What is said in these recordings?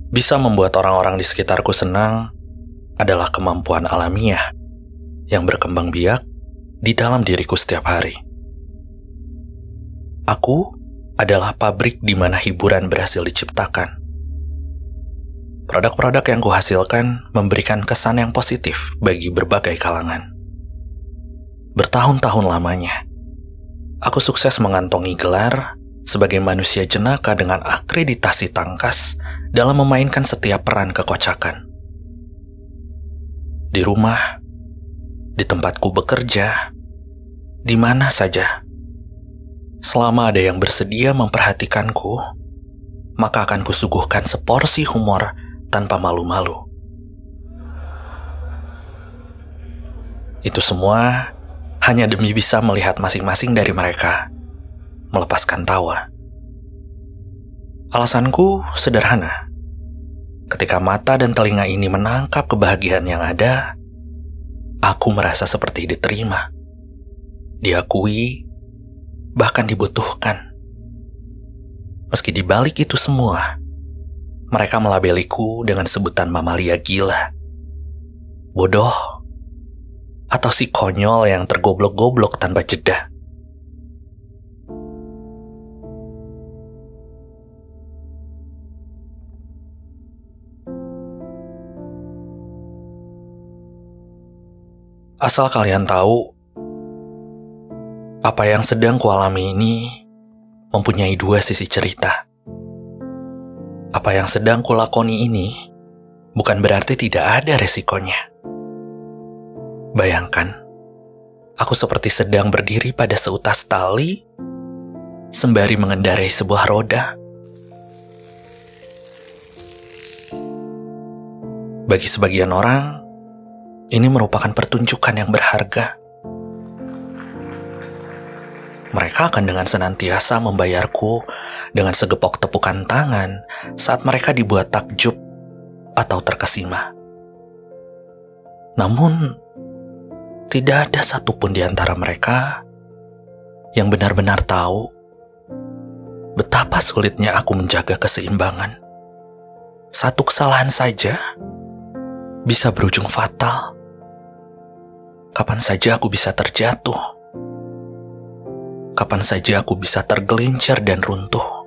Bisa membuat orang-orang di sekitarku senang adalah kemampuan alamiah yang berkembang biak di dalam diriku setiap hari. Aku adalah pabrik di mana hiburan berhasil diciptakan. Produk-produk yang kuhasilkan memberikan kesan yang positif bagi berbagai kalangan. Bertahun-tahun lamanya, aku sukses mengantongi gelar sebagai manusia jenaka dengan akreditasi tangkas dalam memainkan setiap peran kekocakan. Di rumah, di tempatku bekerja, di mana saja. Selama ada yang bersedia memperhatikanku, maka akan kusuguhkan seporsi humor tanpa malu-malu. Itu semua hanya demi bisa melihat masing-masing dari mereka melepaskan tawa. Alasanku sederhana. Ketika mata dan telinga ini menangkap kebahagiaan yang ada, aku merasa seperti diterima, diakui, bahkan dibutuhkan. Meski di balik itu semua, mereka melabeliku dengan sebutan mamalia gila, bodoh, atau si konyol yang tergoblok-goblok tanpa jeda. Asal kalian tahu, apa yang sedang kualami ini mempunyai dua sisi cerita. Apa yang sedang kulakoni ini bukan berarti tidak ada resikonya. Bayangkan, aku seperti sedang berdiri pada seutas tali sembari mengendarai sebuah roda. Bagi sebagian orang, ini merupakan pertunjukan yang berharga. Mereka akan dengan senantiasa membayarku dengan segepok tepukan tangan saat mereka dibuat takjub atau terkesima. Namun, tidak ada satupun di antara mereka yang benar-benar tahu betapa sulitnya aku menjaga keseimbangan. Satu kesalahan saja bisa berujung fatal. Kapan saja aku bisa terjatuh. Kapan saja aku bisa tergelincir dan runtuh.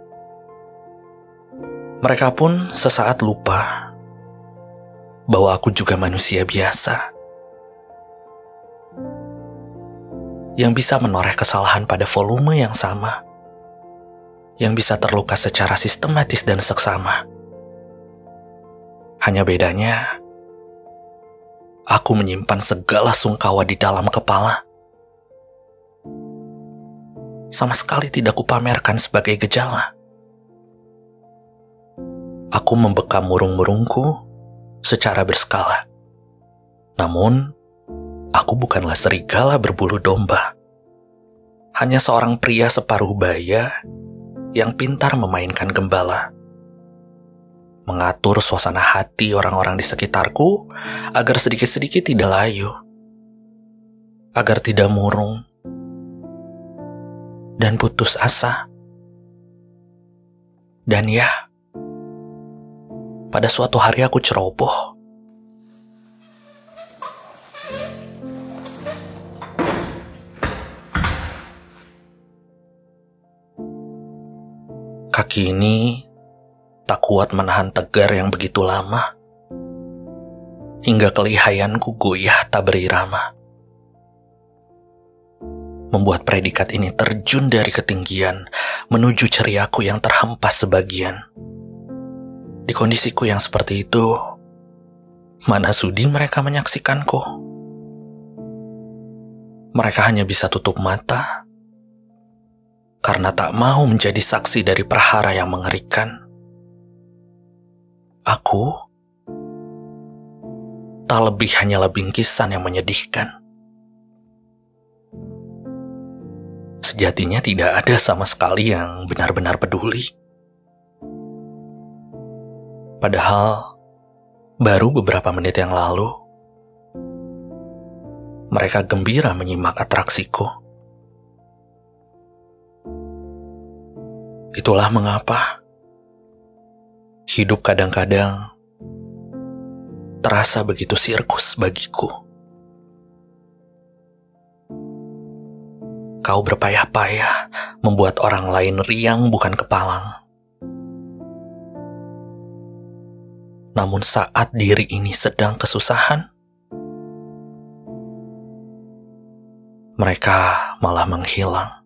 Mereka pun sesaat lupa bahwa aku juga manusia biasa yang bisa menoreh kesalahan pada volume yang sama, yang bisa terluka secara sistematis dan seksama. Hanya bedanya, aku menyimpan segala sungkawa di dalam kepala. Sama sekali tidak kupamerkan sebagai gejala. Aku membekam murung-murungku secara berskala. Namun, aku bukanlah serigala berbulu domba. Hanya seorang pria separuh baya yang pintar memainkan gembala. Mengatur suasana hati orang-orang di sekitarku agar sedikit-sedikit tidak layu. Agar tidak murung dan putus asa. Dan ya, pada suatu hari aku ceroboh. Kaki ini tak kuat menahan tegar yang begitu lama, hingga kelihayanku goyah tak berirama. Membuat predikat ini terjun dari ketinggian menuju ceriaku yang terhempas sebagian. Di kondisiku yang seperti itu, mana sudi mereka menyaksikanku? Mereka hanya bisa tutup mata karena tak mau menjadi saksi dari perhara yang mengerikan. Aku tak lebih hanyalah bingkisan yang menyedihkan. Sejatinya tidak ada sama sekali yang benar-benar peduli. Padahal, baru beberapa menit yang lalu, mereka gembira menyimak atraksiku. Itulah mengapa Hidup kadang-kadang terasa begitu sirkus bagiku. Kau berpayah-payah membuat orang lain riang bukan kepalang. Namun saat diri ini sedang kesusahan, mereka malah menghilang.